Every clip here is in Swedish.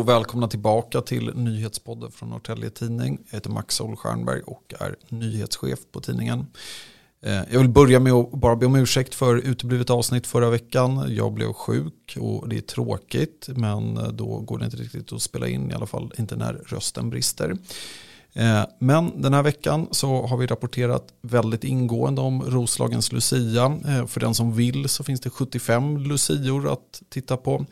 och välkomna tillbaka till nyhetspodden från Norrtälje Tidning. Jag heter Max Solstjernberg och är nyhetschef på tidningen. Jag vill börja med att bara be om ursäkt för uteblivet avsnitt förra veckan. Jag blev sjuk och det är tråkigt, men då går det inte riktigt att spela in, i alla fall inte när rösten brister. Men den här veckan så har vi rapporterat väldigt ingående om Roslagens Lucia. För den som vill så finns det 75 lucior att titta på.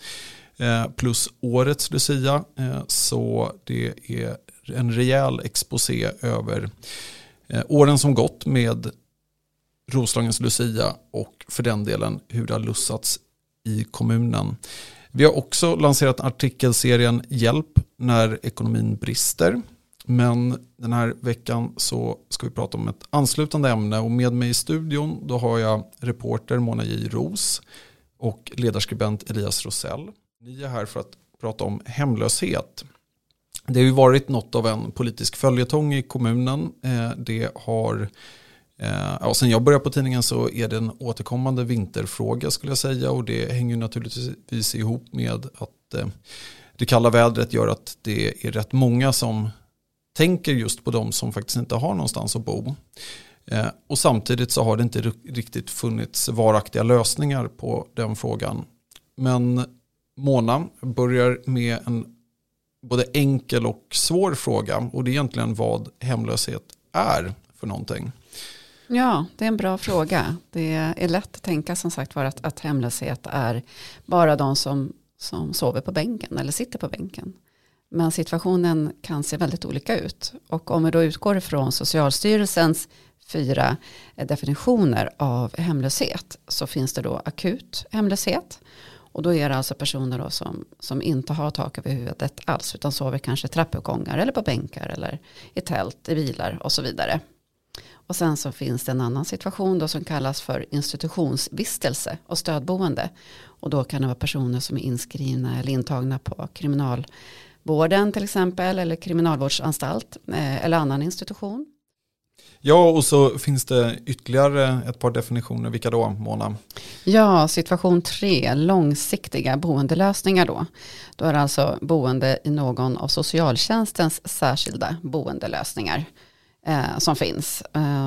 Plus årets Lucia, så det är en rejäl exposé över åren som gått med Roslagens Lucia och för den delen hur det har lussats i kommunen. Vi har också lanserat artikelserien Hjälp när ekonomin brister. Men den här veckan så ska vi prata om ett anslutande ämne, och med mig i studion då har jag reporter Mona J. Ros och ledarskribent Elias Rosell. Ni är här för att prata om hemlöshet. Det har ju varit något av en politisk följetong i kommunen. Det har, sen jag började på tidningen så är det en återkommande vinterfråga skulle jag säga, och det hänger naturligtvis ihop med att det kalla vädret gör att det är rätt många som tänker just på de som faktiskt inte har någonstans att bo. Och samtidigt så har det inte riktigt funnits varaktiga lösningar på den frågan. Men Mona börjar med en både enkel och svår fråga, och det är egentligen vad hemlöshet är för någonting. Ja, det är en bra fråga. Det är lätt att tänka som sagt var att hemlöshet är bara de som sover på bänken eller sitter på bänken. Men situationen kan se väldigt olika ut. Och om vi då utgår från Socialstyrelsens 4 definitioner av hemlöshet så finns det då akut hemlöshet. Och då är det alltså personer då som inte har tak över huvudet alls, utan sover kanske i trappuppgångar eller på bänkar eller i tält, i bilar och så vidare. Och sen så finns det en annan situation då som kallas för institutionsvistelse och stödboende. Och då kan det vara personer som är inskrivna eller intagna på kriminalvården till exempel, eller kriminalvårdsanstalt eller annan institution. Ja, och så finns det ytterligare ett par definitioner. Vilka då, Mona? Ja, situation 3, långsiktiga boendelösningar då. Då är det alltså boende i någon av socialtjänstens särskilda boendelösningar som finns.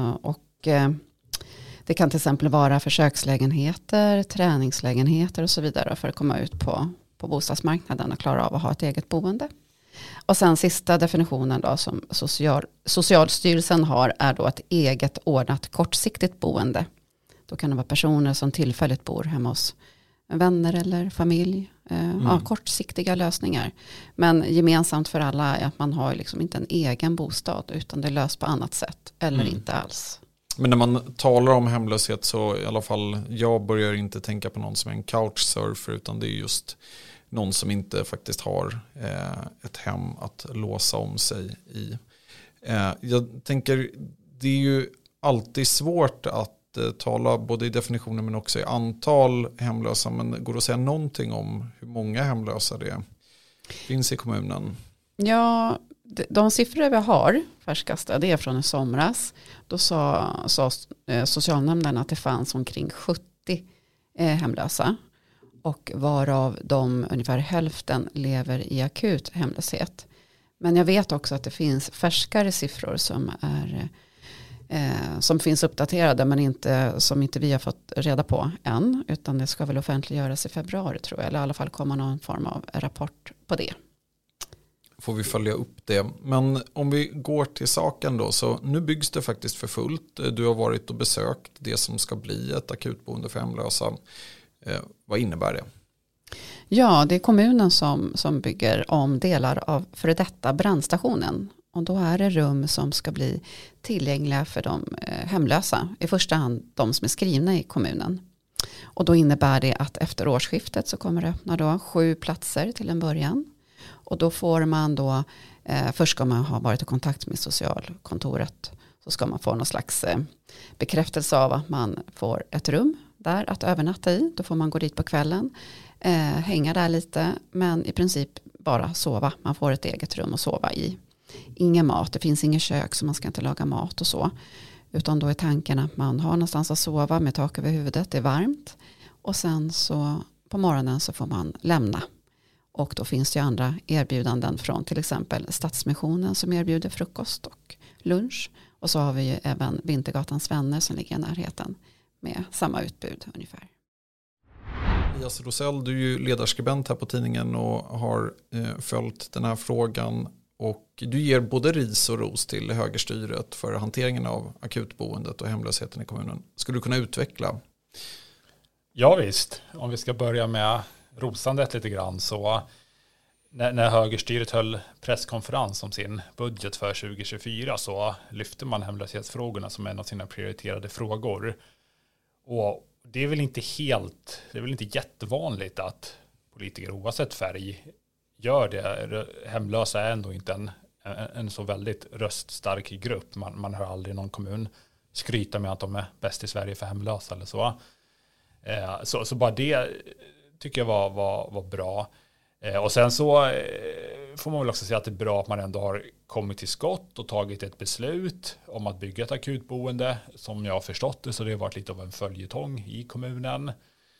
Det kan till exempel vara försökslägenheter, träningslägenheter och så vidare för att komma ut på bostadsmarknaden och klara av att ha ett eget boende. Och sen sista definitionen då som Socialstyrelsen har är då ett eget ordnat kortsiktigt boende. Då kan det vara personer som tillfälligt bor hemma hos vänner eller familj. Kortsiktiga lösningar. Men gemensamt för alla är att man har liksom inte en egen bostad, utan det är löst på annat sätt eller inte alls. Men när man talar om hemlöshet så i alla fall jag börjar inte tänka på någon som är en couchsurfer, utan det är just någon som inte faktiskt har ett hem att låsa om sig i. Jag tänker, det är ju alltid svårt att tala både i definitioner men också i antal hemlösa. Men går det att säga någonting om hur många hemlösa det finns i kommunen? Ja, de siffror vi har färskaste, det är från i somras. Då sa socialnämnden att det fanns omkring 70 hemlösa. Och varav de ungefär hälften lever i akut hemlöshet. Men jag vet också att det finns färskare siffror som finns uppdaterade men som inte vi har fått reda på än. Utan det ska väl offentliggöras i februari tror jag. Eller i alla fall komma någon form av rapport på det. Får vi följa upp det. Men om vi går till saken då, så nu byggs det faktiskt för fullt. Du har varit och besökt det som ska bli ett akutboende för hemlösa. Vad innebär det? Ja, det är kommunen som bygger om delar av före detta brandstationen. Och då är det rum som ska bli tillgängliga för de hemlösa. I första hand de som är skrivna i kommunen. Och då innebär det att efter årsskiftet så kommer det öppna då 7 platser till en början. Och då får man då, först ska man ha varit i kontakt med socialkontoret. Så ska man få någon slags bekräftelse av att man får ett rum där att övernatta i. Då får man gå dit på kvällen, hänga där lite, men i princip bara sova. Man får ett eget rum att sova i. Ingen mat, det finns inget kök så man ska inte laga mat och så. Utan då är tanken att man har någonstans att sova med tak över huvudet, det är varmt. Och sen så på morgonen så får man lämna. Och då finns det ju andra erbjudanden från till exempel Stadsmissionen som erbjuder frukost och lunch. Och så har vi ju även Vintergatans vänner som ligger i närheten med samma utbud ungefär. Elias Rosell, du är ju ledarskribent här på tidningen och har följt den här frågan. Och du ger både ris och ros till högerstyret för hanteringen av akutboendet och hemlösheten i kommunen. Skulle du kunna utveckla? Ja visst, om vi ska börja med rosandet lite grann så när högerstyret höll presskonferens om sin budget för 2024 så lyfte man hemlöshetsfrågorna som en av sina prioriterade frågor. Och det är väl inte jättevanligt att politiker oavsett färg gör det. Hemlösa är ändå inte en så väldigt röststark grupp. Man har aldrig någon kommun skryta med att de är bäst i Sverige för hemlösa eller så. Så bara det tycker jag var bra. Och sen så får man väl också säga att det är bra att man ändå har kommit till skott och tagit ett beslut om att bygga ett akutboende. Som jag har förstått det så det har varit lite av en följetong i kommunen.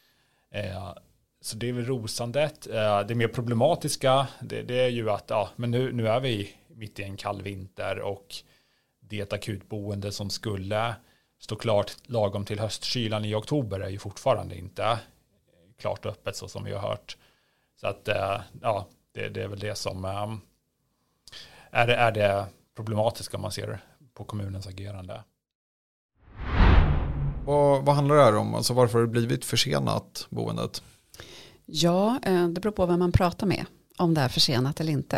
Så det är väl rosandet. Det mer problematiska det är ju att men nu är vi mitt i en kall vinter och det är ett akutboende som skulle stå klart lagom till höstkylan i oktober är ju fortfarande inte klart öppet så som vi har hört. Så att det är väl det som är det problematiska om man ser på kommunens agerande. Vad handlar det här om? Alltså varför har det blivit försenat boendet? Ja, det beror på vem man pratar med. Om det är försenat eller inte.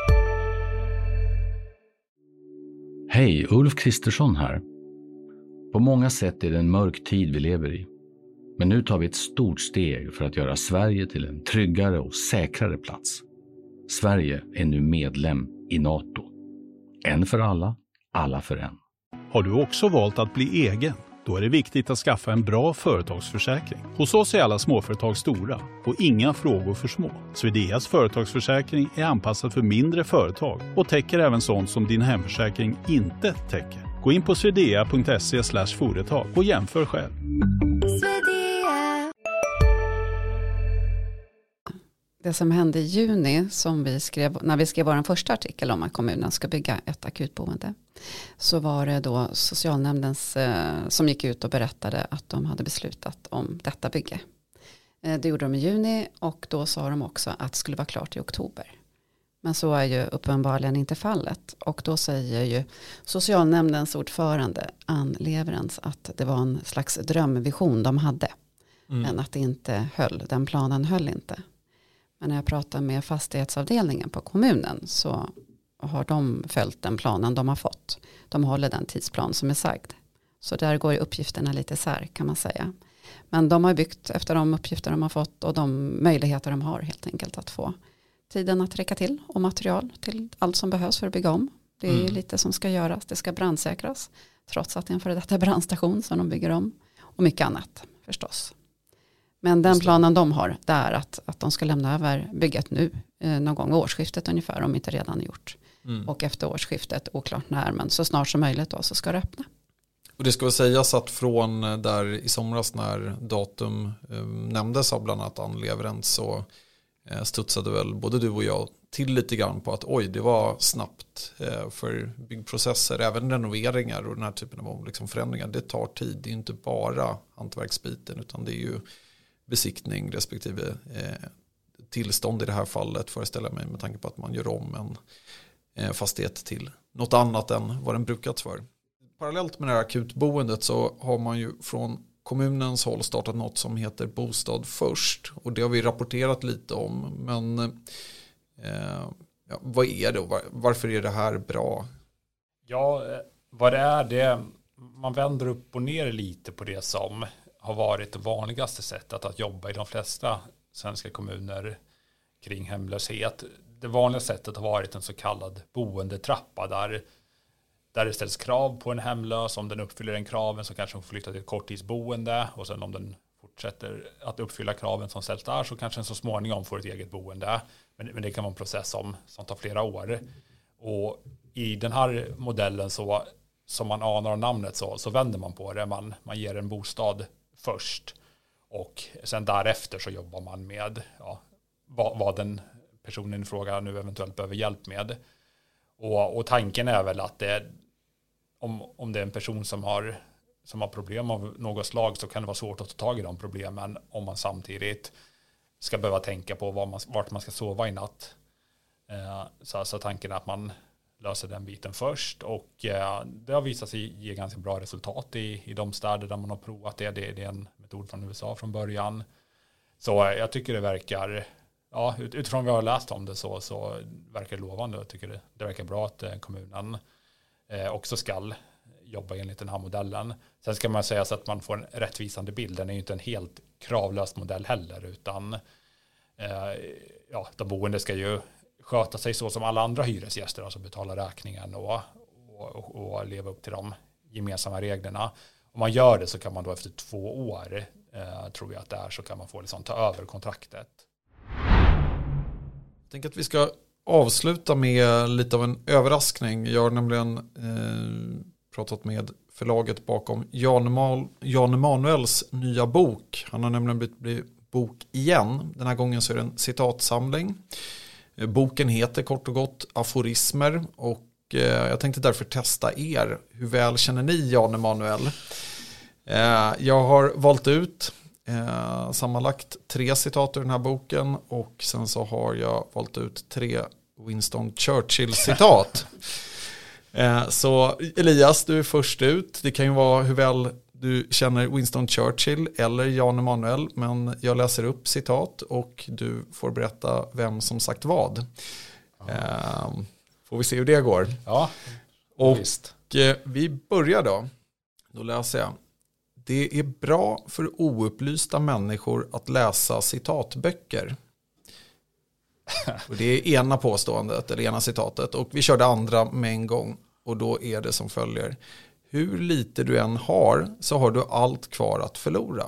Hej, Ulf Kristersson här. På många sätt är det en mörk tid vi lever i. Men nu tar vi ett stort steg för att göra Sverige till en tryggare och säkrare plats. Sverige är nu medlem i NATO. En för alla, alla för en. Har du också valt att bli egen? Då är det viktigt att skaffa en bra företagsförsäkring. Hos oss är alla småföretag stora och inga frågor för små. Swedeas företagsförsäkring är anpassad för mindre företag och täcker även sånt som din hemförsäkring inte täcker. Gå in på swedea.se/företag och jämför själv. Det som hände i juni när vi skrev vår första artikel om att kommunen ska bygga ett akutboende så var det då socialnämndens som gick ut och berättade att de hade beslutat om detta bygge. Det gjorde de i juni och då sa de också att det skulle vara klart i oktober. Men så är ju uppenbarligen inte fallet och då säger ju socialnämndens ordförande Ann Leverens att det var en slags drömvision de hade men att det inte höll, den planen höll inte. Men när jag pratar med fastighetsavdelningen på kommunen så har de följt den planen de har fått. De håller den tidsplan som är sagd. Så där går uppgifterna lite isär kan man säga. Men de har byggt efter de uppgifter de har fått och de möjligheter de har helt enkelt att få tiden att räcka till och material till allt som behövs för att bygga om. Det är lite som ska göras. Det ska brandsäkras trots att det är en före detta brandstation som de bygger om. Och mycket annat förstås. Men den planen de har det är att de ska lämna över bygget nu någon gång årsskiftet ungefär om inte redan gjort. Och efter årsskiftet, oklart när men så snart som möjligt då så ska det öppna. Och det ska väl sägas att från där i somras när datum nämndes av bland annat Ann Leverens så studsade väl både du och jag till lite grann på att det var snabbt för byggprocesser, även renoveringar och den här typen av liksom förändringar. Det tar tid, det är inte bara hantverksbiten utan det är ju besiktning respektive tillstånd i det här fallet föreställer mig med tanke på att man gör om en fastighet till något annat än vad den brukats för. Parallellt med det här akutboendet så har man ju från kommunens håll startat något som heter Bostad först och det har vi rapporterat lite om men vad är det och varför är det här bra? Ja, vad det är man vänder upp och ner lite på det som har varit det vanligaste sättet att jobba i de flesta svenska kommuner kring hemlöshet. Det vanliga sättet har varit en så kallad boendetrappa där det ställs krav på en hemlös. Om den uppfyller den kraven så kanske hon får flytta till ett korttidsboende och sen om den fortsätter att uppfylla kraven som ställs där så kanske den så småningom får ett eget boende. Men det kan vara en process som tar flera år. Och i den här modellen så som man anar av namnet så vänder man på det. Man ger en bostad först och sen därefter så jobbar man med vad den personen i fråga nu eventuellt behöver hjälp med. Och tanken är väl att om det är en person som har problem av något slag, så kan det vara svårt att ta tag i de problemen om man samtidigt ska behöva tänka på vart man ska sova i natt. Så tanken är att man löser den biten först, och det har visat sig ge ganska bra resultat i de städer där man har provat det. Det är en metod från USA från början. Så jag tycker det verkar, utifrån vad jag har läst om det så verkar det lovande. Jag tycker det verkar bra att kommunen också ska jobba enligt den här modellen. Sen ska man säga så att man får en rättvisande bild. Den är ju inte en helt kravlös modell heller, utan de boende ska ju sköta sig så som alla andra hyresgäster, alltså betala räkningen och leva upp till de gemensamma reglerna. Om man gör det så kan man då efter 2 år, tror jag att det är, så kan man få liksom ta över kontraktet. Jag tänker att vi ska avsluta med lite av en överraskning. Jag har nämligen pratat med förlaget bakom Jan Emanuels nya bok. Han har nämligen blivit bok igen. Den här gången så är det en citatsamling. Boken heter kort och gott Aforismer, och jag tänkte därför testa er. Hur väl känner ni Jan Emanuel? Jag har valt ut sammanlagt 3 citat ur den här boken, och sen så har jag valt ut 3 Winston Churchill-citat. Så Elias, du är först ut. Det kan ju vara hur väl du känner Winston Churchill eller Jan Emanuel, men jag läser upp citat och du får berätta vem som sagt vad. Får vi se hur det går. Ja, och visst. Vi börjar då. Då läser jag. Det är bra för oupplysta människor att läsa citatböcker. Och det är ena påståendet, eller ena citatet. Och vi kör det andra med en gång. Och då är det som följer. Hur lite du än har, så har du allt kvar att förlora.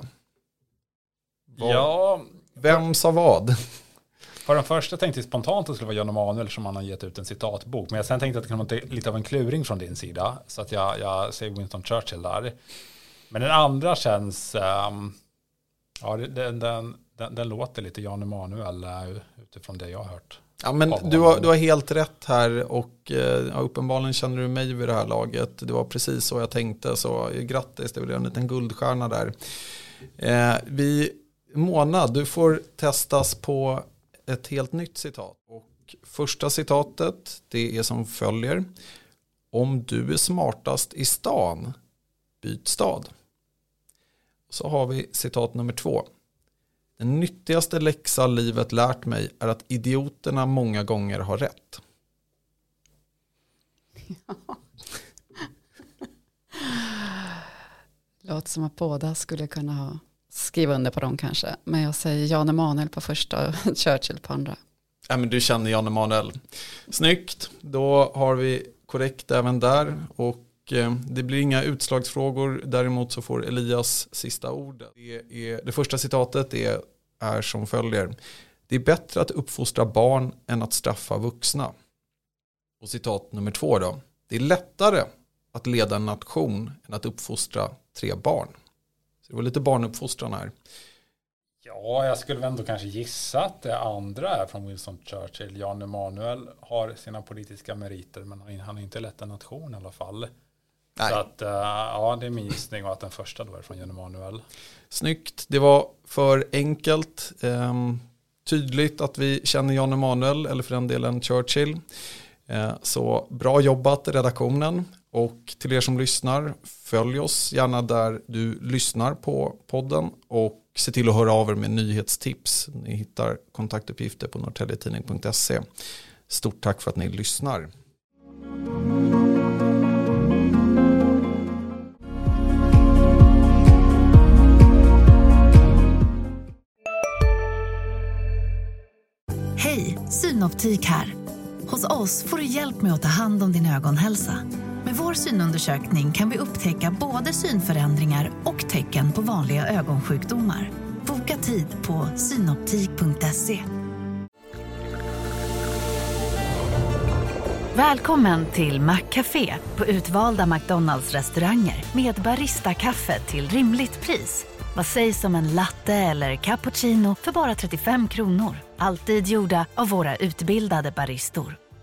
Vem sa vad? För den första tänkte jag spontant att det skulle vara Jan Emanuel som han har gett ut en citatbok. Men jag sen tänkte att det kan vara lite av en kluring från din sida. Så att jag säger Winston Churchill där. Men den andra känns... den låter lite Jan Emanuel utifrån det jag har hört. Ja, men du har helt rätt här, och uppenbarligen känner du mig vid det här laget. Det var precis så jag tänkte, så grattis, det vill jag en liten guldstjärna där. Mona, du får testas på ett helt nytt citat. Och första citatet, det är som följer. Om du är smartast i stan, byt stad. Så har vi citat nummer 2. Den nyttigaste läxa livet lärt mig är att idioterna många gånger har rätt. Låter som att båda skulle kunna skriva under på dem kanske. Men jag säger Jan Emanuel på första och Churchill på andra. Ja, men du känner Jan Emanuel. Snyggt, då har vi korrekt även där. Och det blir inga utslagsfrågor. Däremot så får Elias sista ordet. Det första citatet är som följer. Det är bättre att uppfostra barn än att straffa vuxna. Och citat nummer 2 då. Det är lättare att leda en nation än att uppfostra 3 barn. Så det var lite barnuppfostran här. Ja, jag skulle väl ändå kanske gissa att det andra är från Winston Churchill. Jan Emanuel har sina politiska meriter, men han har inte lett en nation i alla fall. Nej. Så att, det är min gissning, och att den första då är från Jan Emanuel. Snyggt, det var för enkelt. Tydligt att vi känner Jan Emanuel, eller för den delen Churchill. Så bra jobbat redaktionen. Och till er som lyssnar, följ oss gärna där du lyssnar på podden. Och se till att höra av er med nyhetstips. Ni hittar kontaktuppgifter på norrtäljetidning.se. Stort tack för att ni lyssnar. Hej, Synoptik här. Hos oss får du hjälp med att ta hand om din ögonhälsa. Med vår synundersökning kan vi upptäcka både synförändringar och tecken på vanliga ögonsjukdomar. Boka tid på synoptik.se. Välkommen till Maccafé på utvalda McDonalds-restauranger med Barista-kaffe till rimligt pris. Vad sägs om en latte eller cappuccino för bara 35 kronor? Alltid gjorda av våra utbildade baristor.